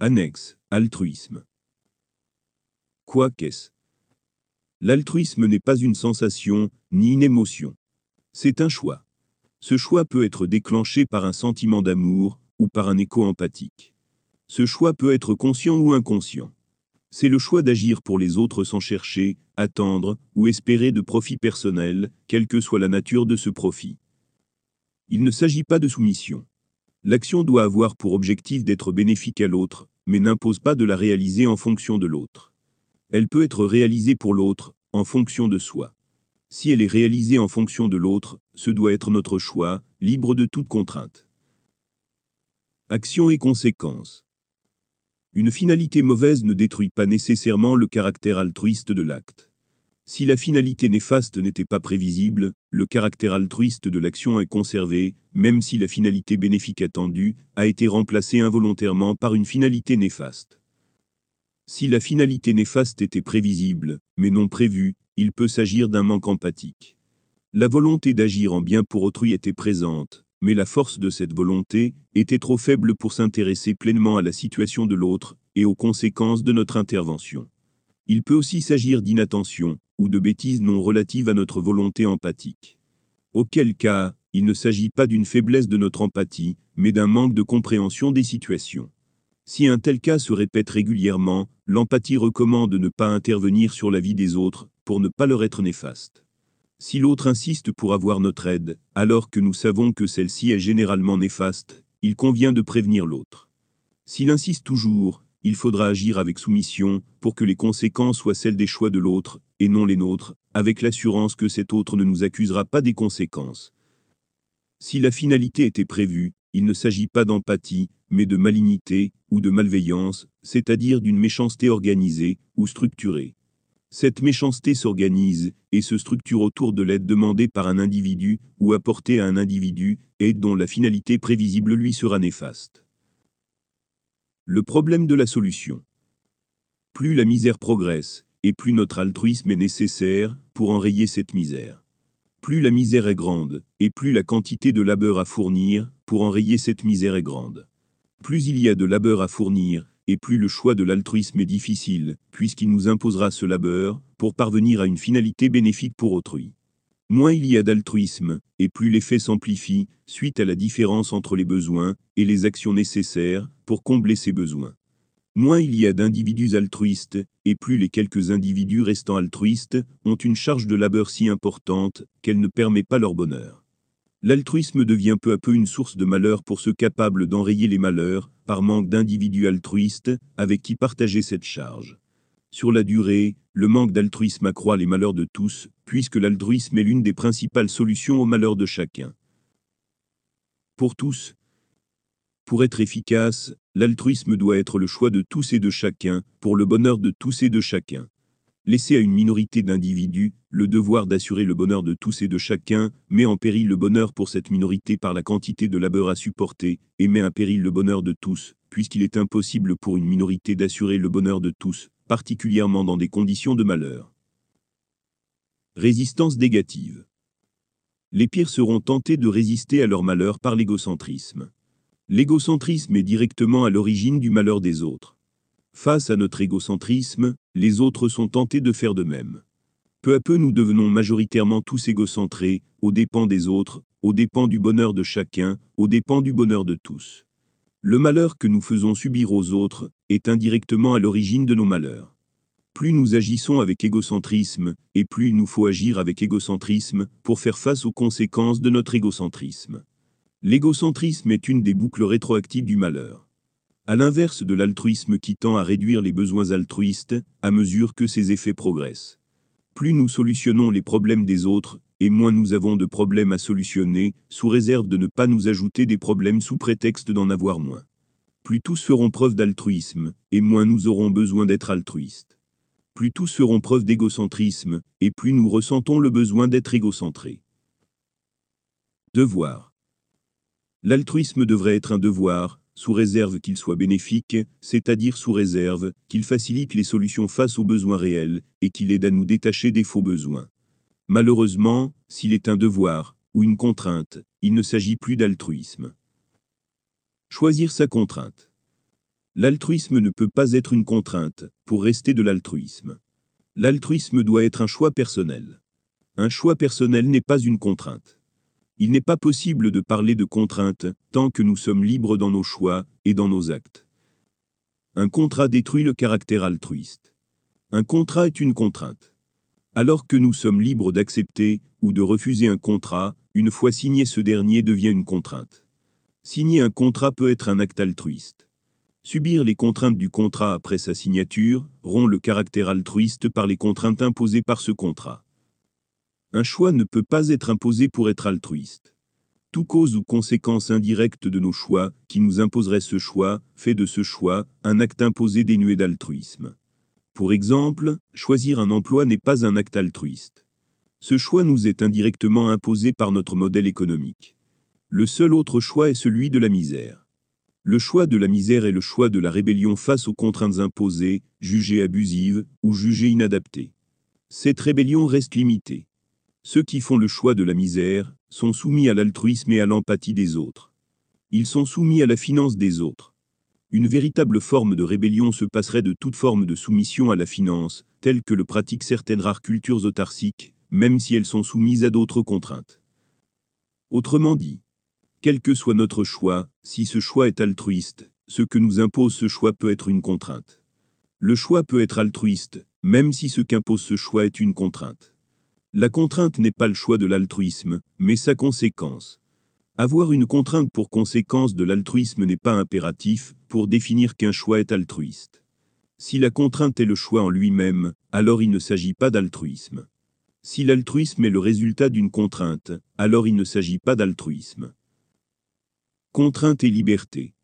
Annexe, altruisme. Quoi qu'est-ce? L'altruisme n'est pas une sensation, ni une émotion. C'est un choix. Ce choix peut être déclenché par un sentiment d'amour, ou par un écho empathique. Ce choix peut être conscient ou inconscient. C'est le choix d'agir pour les autres sans chercher, attendre, ou espérer de profit personnel, quelle que soit la nature de ce profit. Il ne s'agit pas de soumission. L'action doit avoir pour objectif d'être bénéfique à l'autre, mais n'impose pas de la réaliser en fonction de l'autre. Elle peut être réalisée pour l'autre, en fonction de soi. Si elle est réalisée en fonction de l'autre, ce doit être notre choix, libre de toute contrainte. Action et conséquences. Une finalité mauvaise ne détruit pas nécessairement le caractère altruiste de l'acte. Si la finalité néfaste n'était pas prévisible, le caractère altruiste de l'action est conservé, même si la finalité bénéfique attendue a été remplacée involontairement par une finalité néfaste. Si la finalité néfaste était prévisible, mais non prévue, il peut s'agir d'un manque empathique. La volonté d'agir en bien pour autrui était présente, mais la force de cette volonté était trop faible pour s'intéresser pleinement à la situation de l'autre et aux conséquences de notre intervention. Il peut aussi s'agir d'inattention ou de bêtises non relatives à notre volonté empathique. Auquel cas, il ne s'agit pas d'une faiblesse de notre empathie, mais d'un manque de compréhension des situations. Si un tel cas se répète régulièrement, l'empathie recommande de ne pas intervenir sur la vie des autres, pour ne pas leur être néfaste. Si l'autre insiste pour avoir notre aide, alors que nous savons que celle-ci est généralement néfaste, il convient de prévenir l'autre. S'il insiste toujours, il faudra agir avec soumission, pour que les conséquences soient celles des choix de l'autre, et non les nôtres, avec l'assurance que cet autre ne nous accusera pas des conséquences. Si la finalité était prévue, il ne s'agit pas d'empathie, mais de malignité, ou de malveillance, c'est-à-dire d'une méchanceté organisée, ou structurée. Cette méchanceté s'organise, et se structure autour de l'aide demandée par un individu, ou apportée à un individu, et dont la finalité prévisible lui sera néfaste. Le problème de la solution. Plus la misère progresse, et plus notre altruisme est nécessaire, pour enrayer cette misère. Plus la misère est grande, et plus la quantité de labeur à fournir, pour enrayer cette misère est grande. Plus il y a de labeur à fournir, et plus le choix de l'altruisme est difficile, puisqu'il nous imposera ce labeur, pour parvenir à une finalité bénéfique pour autrui. Moins il y a d'altruisme, et plus l'effet s'amplifie, suite à la différence entre les besoins, et les actions nécessaires, pour combler ces besoins. Moins il y a d'individus altruistes, et plus les quelques individus restants altruistes ont une charge de labeur si importante qu'elle ne permet pas leur bonheur. L'altruisme devient peu à peu une source de malheur pour ceux capables d'enrayer les malheurs, par manque d'individus altruistes avec qui partager cette charge. Sur la durée, le manque d'altruisme accroît les malheurs de tous, puisque l'altruisme est l'une des principales solutions aux malheurs de chacun. Pour tous. Pour être efficace, l'altruisme doit être le choix de tous et de chacun, pour le bonheur de tous et de chacun. Laisser à une minorité d'individus le devoir d'assurer le bonheur de tous et de chacun met en péril le bonheur pour cette minorité par la quantité de labeur à supporter, et met en péril le bonheur de tous, puisqu'il est impossible pour une minorité d'assurer le bonheur de tous, particulièrement dans des conditions de malheur. Résistance négative. Les pires seront tentés de résister à leur malheur par l'égocentrisme. L'égocentrisme est directement à l'origine du malheur des autres. Face à notre égocentrisme, les autres sont tentés de faire de même. Peu à peu nous devenons majoritairement tous égocentrés, aux dépens des autres, aux dépens du bonheur de chacun, aux dépens du bonheur de tous. Le malheur que nous faisons subir aux autres est indirectement à l'origine de nos malheurs. Plus nous agissons avec égocentrisme, et plus il nous faut agir avec égocentrisme pour faire face aux conséquences de notre égocentrisme. L'égocentrisme est une des boucles rétroactives du malheur. À l'inverse de l'altruisme qui tend à réduire les besoins altruistes, à mesure que ses effets progressent. Plus nous solutionnons les problèmes des autres, et moins nous avons de problèmes à solutionner, sous réserve de ne pas nous ajouter des problèmes sous prétexte d'en avoir moins. Plus tous feront preuve d'altruisme, et moins nous aurons besoin d'être altruistes. Plus tous feront preuve d'égocentrisme, et plus nous ressentons le besoin d'être égocentrés. Devoir. L'altruisme devrait être un devoir, sous réserve qu'il soit bénéfique, c'est-à-dire sous réserve qu'il facilite les solutions face aux besoins réels, et qu'il aide à nous détacher des faux besoins. Malheureusement, s'il est un devoir, ou une contrainte, il ne s'agit plus d'altruisme. Choisir sa contrainte. L'altruisme ne peut pas être une contrainte pour rester de l'altruisme. L'altruisme doit être un choix personnel. Un choix personnel n'est pas une contrainte. Il n'est pas possible de parler de contrainte tant que nous sommes libres dans nos choix et dans nos actes. Un contrat détruit le caractère altruiste. Un contrat est une contrainte. Alors que nous sommes libres d'accepter ou de refuser un contrat, une fois signé, ce dernier devient une contrainte. Signer un contrat peut être un acte altruiste. Subir les contraintes du contrat après sa signature rompt le caractère altruiste par les contraintes imposées par ce contrat. Un choix ne peut pas être imposé pour être altruiste. Toute cause ou conséquence indirecte de nos choix qui nous imposerait ce choix fait de ce choix un acte imposé dénué d'altruisme. Pour exemple, choisir un emploi n'est pas un acte altruiste. Ce choix nous est indirectement imposé par notre modèle économique. Le seul autre choix est celui de la misère. Le choix de la misère est le choix de la rébellion face aux contraintes imposées, jugées abusives ou jugées inadaptées. Cette rébellion reste limitée. Ceux qui font le choix de la misère sont soumis à l'altruisme et à l'empathie des autres. Ils sont soumis à la finance des autres. Une véritable forme de rébellion se passerait de toute forme de soumission à la finance, telle que le pratiquent certaines rares cultures autarciques, même si elles sont soumises à d'autres contraintes. Autrement dit, quel que soit notre choix, si ce choix est altruiste, ce que nous impose ce choix peut être une contrainte. Le choix peut être altruiste, même si ce qu'impose ce choix est une contrainte. La contrainte n'est pas le choix de l'altruisme, mais sa conséquence. Avoir une contrainte pour conséquence de l'altruisme n'est pas impératif pour définir qu'un choix est altruiste. Si la contrainte est le choix en lui-même, alors il ne s'agit pas d'altruisme. Si l'altruisme est le résultat d'une contrainte, alors il ne s'agit pas d'altruisme. Contrainte et liberté.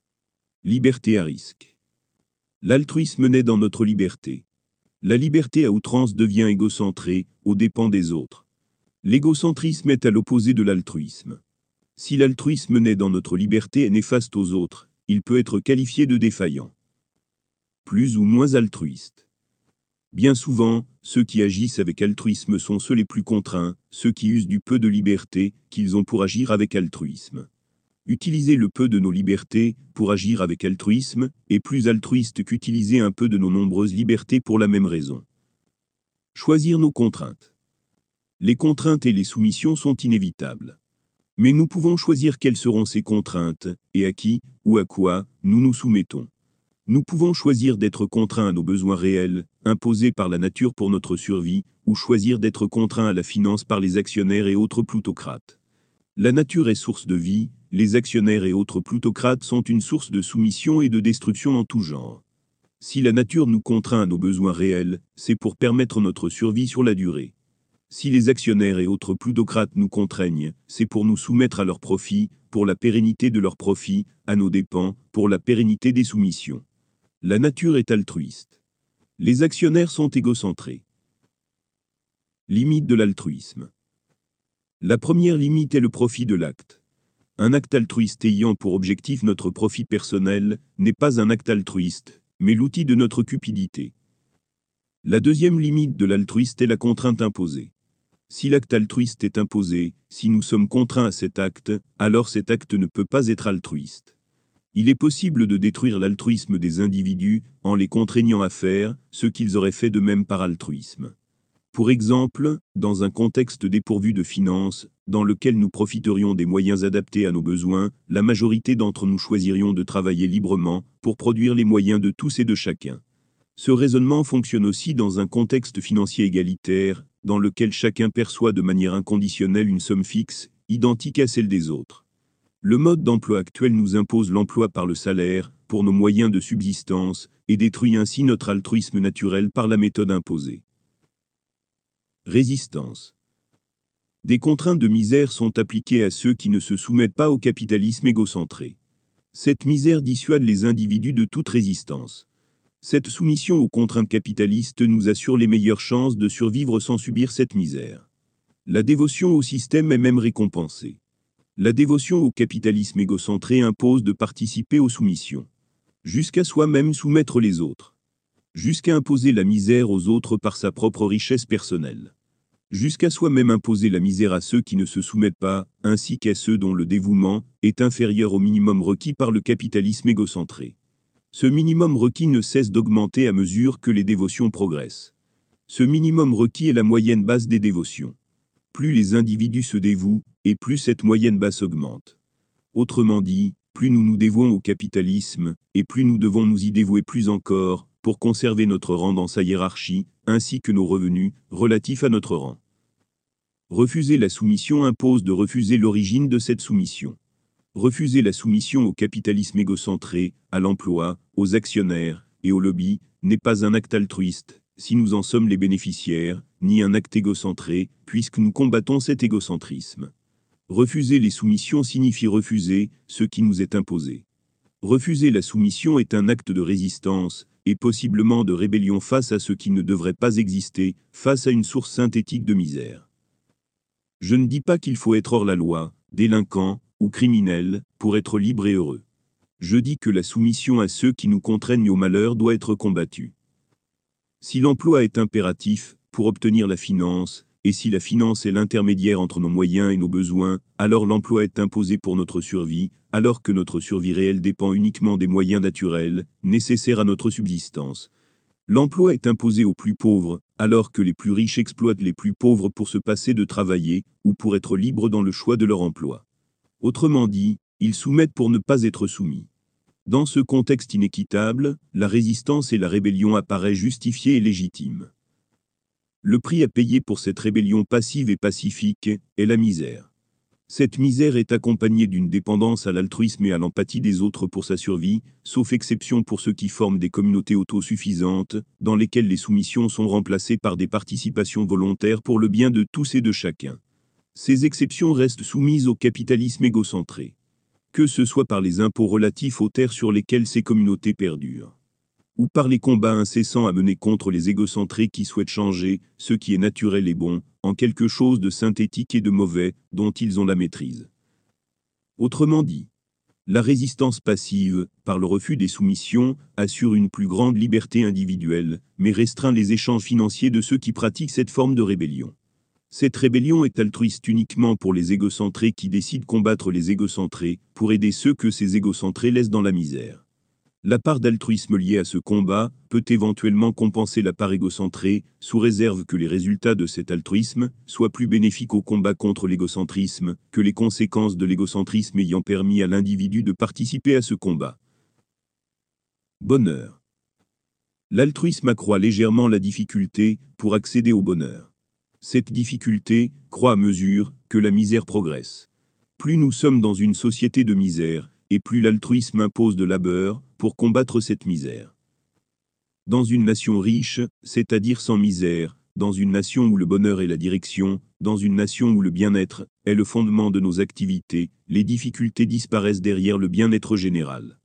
Liberté à risque. L'altruisme naît dans notre liberté. La liberté à outrance devient égocentrée, aux dépens des autres. L'égocentrisme est à l'opposé de l'altruisme. Si l'altruisme naît dans notre liberté et néfaste aux autres, il peut être qualifié de défaillant. Plus ou moins altruiste. Bien souvent, ceux qui agissent avec altruisme sont ceux les plus contraints, ceux qui usent du peu de liberté qu'ils ont pour agir avec altruisme. Utiliser le peu de nos libertés pour agir avec altruisme est plus altruiste qu'utiliser un peu de nos nombreuses libertés pour la même raison. Choisir nos contraintes. Les contraintes et les soumissions sont inévitables. Mais nous pouvons choisir quelles seront ces contraintes, et à qui, ou à quoi, nous nous soumettons. Nous pouvons choisir d'être contraints à nos besoins réels, imposés par la nature pour notre survie, ou choisir d'être contraints à la finance par les actionnaires et autres plutocrates. La nature est source de vie, les actionnaires et autres plutocrates sont une source de soumission et de destruction en tout genre. Si la nature nous contraint à nos besoins réels, c'est pour permettre notre survie sur la durée. Si les actionnaires et autres plutocrates nous contraignent, c'est pour nous soumettre à leurs profits, pour la pérennité de leurs profits, à nos dépens, pour la pérennité des soumissions. La nature est altruiste. Les actionnaires sont égocentrés. Limite de l'altruisme. La première limite est le profit de l'acte. Un acte altruiste ayant pour objectif notre profit personnel n'est pas un acte altruiste, mais l'outil de notre cupidité. La deuxième limite de l'altruiste est la contrainte imposée. Si l'acte altruiste est imposé, si nous sommes contraints à cet acte, alors cet acte ne peut pas être altruiste. Il est possible de détruire l'altruisme des individus en les contraignant à faire ce qu'ils auraient fait de même par altruisme. Pour exemple, dans un contexte dépourvu de finances, dans lequel nous profiterions des moyens adaptés à nos besoins, la majorité d'entre nous choisirions de travailler librement pour produire les moyens de tous et de chacun. Ce raisonnement fonctionne aussi dans un contexte financier égalitaire, dans lequel chacun perçoit de manière inconditionnelle une somme fixe, identique à celle des autres. Le mode d'emploi actuel nous impose l'emploi par le salaire, pour nos moyens de subsistance, et détruit ainsi notre altruisme naturel par la méthode imposée. Résistance. Des contraintes de misère sont appliquées à ceux qui ne se soumettent pas au capitalisme égocentré. Cette misère dissuade les individus de toute résistance. Cette soumission aux contraintes capitalistes nous assure les meilleures chances de survivre sans subir cette misère. La dévotion au système est même récompensée. La dévotion au capitalisme égocentré impose de participer aux soumissions. Jusqu'à soi-même soumettre les autres. Jusqu'à imposer la misère aux autres par sa propre richesse personnelle. Jusqu'à soi-même imposer la misère à ceux qui ne se soumettent pas, ainsi qu'à ceux dont le dévouement est inférieur au minimum requis par le capitalisme égocentré. Ce minimum requis ne cesse d'augmenter à mesure que les dévotions progressent. Ce minimum requis est la moyenne basse des dévotions. Plus les individus se dévouent, et plus cette moyenne basse augmente. Autrement dit, plus nous nous dévouons au capitalisme, et plus nous devons nous y dévouer plus encore, pour conserver notre rang dans sa hiérarchie, ainsi que nos revenus, relatifs à notre rang. Refuser la soumission impose de refuser l'origine de cette soumission. Refuser la soumission au capitalisme égocentré, à l'emploi, aux actionnaires et aux lobbies, n'est pas un acte altruiste, si nous en sommes les bénéficiaires, ni un acte égocentré, puisque nous combattons cet égocentrisme. Refuser les soumissions signifie refuser ce qui nous est imposé. Refuser la soumission est un acte de résistance, et possiblement de rébellion face à ce qui ne devrait pas exister, face à une source synthétique de misère. Je ne dis pas qu'il faut être hors la loi, délinquant ou criminel, pour être libre et heureux. Je dis que la soumission à ceux qui nous contraignent au malheur doit être combattue. Si l'emploi est impératif, pour obtenir la finance, et si la finance est l'intermédiaire entre nos moyens et nos besoins, alors l'emploi est imposé pour notre survie, alors que notre survie réelle dépend uniquement des moyens naturels, nécessaires à notre subsistance. L'emploi est imposé aux plus pauvres, alors que les plus riches exploitent les plus pauvres pour se passer de travailler, ou pour être libres dans le choix de leur emploi. Autrement dit, ils soumettent pour ne pas être soumis. Dans ce contexte inéquitable, la résistance et la rébellion apparaissent justifiées et légitimes. Le prix à payer pour cette rébellion passive et pacifique est la misère. Cette misère est accompagnée d'une dépendance à l'altruisme et à l'empathie des autres pour sa survie, sauf exception pour ceux qui forment des communautés autosuffisantes, dans lesquelles les soumissions sont remplacées par des participations volontaires pour le bien de tous et de chacun. Ces exceptions restent soumises au capitalisme égocentré. Que ce soit par les impôts relatifs aux terres sur lesquelles ces communautés perdurent, ou par les combats incessants à mener contre les égocentrés qui souhaitent changer ce qui est naturel et bon, en quelque chose de synthétique et de mauvais, dont ils ont la maîtrise. Autrement dit, la résistance passive, par le refus des soumissions, assure une plus grande liberté individuelle, mais restreint les échanges financiers de ceux qui pratiquent cette forme de rébellion. Cette rébellion est altruiste uniquement pour les égocentrés qui décident de combattre les égocentrés, pour aider ceux que ces égocentrés laissent dans la misère. La part d'altruisme liée à ce combat peut éventuellement compenser la part égocentrée, sous réserve que les résultats de cet altruisme soient plus bénéfiques au combat contre l'égocentrisme que les conséquences de l'égocentrisme ayant permis à l'individu de participer à ce combat. Bonheur. L'altruisme accroît légèrement la difficulté pour accéder au bonheur. Cette difficulté croît à mesure que la misère progresse. Plus nous sommes dans une société de misère, et plus l'altruisme impose de labeur pour combattre cette misère. Dans une nation riche, c'est-à-dire sans misère, dans une nation où le bonheur est la direction, dans une nation où le bien-être est le fondement de nos activités, les difficultés disparaissent derrière le bien-être général.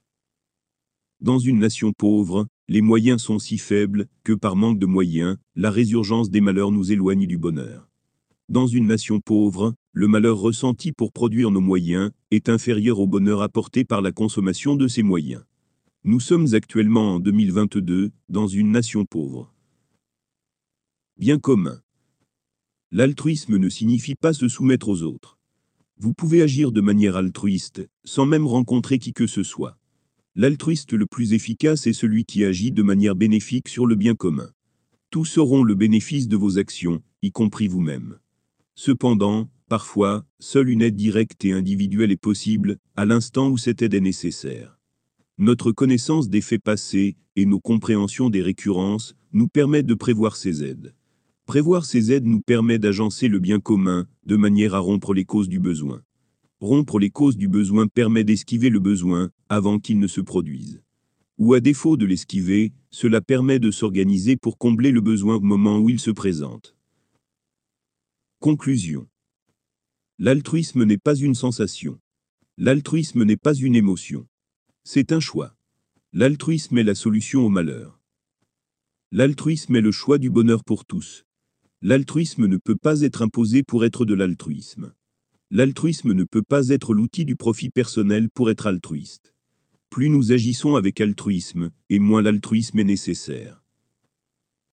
Dans une nation pauvre, les moyens sont si faibles que par manque de moyens, la résurgence des malheurs nous éloigne du bonheur. Dans une nation pauvre, le malheur ressenti pour produire nos moyens est inférieur au bonheur apporté par la consommation de ces moyens. Nous sommes actuellement en 2022 dans une nation pauvre. Bien commun. L'altruisme ne signifie pas se soumettre aux autres. Vous pouvez agir de manière altruiste, sans même rencontrer qui que ce soit. L'altruiste le plus efficace est celui qui agit de manière bénéfique sur le bien commun. Tous auront le bénéfice de vos actions, y compris vous-même. Cependant, parfois, seule une aide directe et individuelle est possible, à l'instant où cette aide est nécessaire. Notre connaissance des faits passés et nos compréhensions des récurrences nous permettent de prévoir ces aides. Prévoir ces aides nous permet d'agencer le bien commun, de manière à rompre les causes du besoin. Rompre les causes du besoin permet d'esquiver le besoin avant qu'il ne se produise. Ou à défaut de l'esquiver, cela permet de s'organiser pour combler le besoin au moment où il se présente. Conclusion. L'altruisme n'est pas une sensation. L'altruisme n'est pas une émotion. C'est un choix. L'altruisme est la solution au malheur. L'altruisme est le choix du bonheur pour tous. L'altruisme ne peut pas être imposé pour être de l'altruisme. L'altruisme ne peut pas être l'outil du profit personnel pour être altruiste. Plus nous agissons avec altruisme, et moins l'altruisme est nécessaire.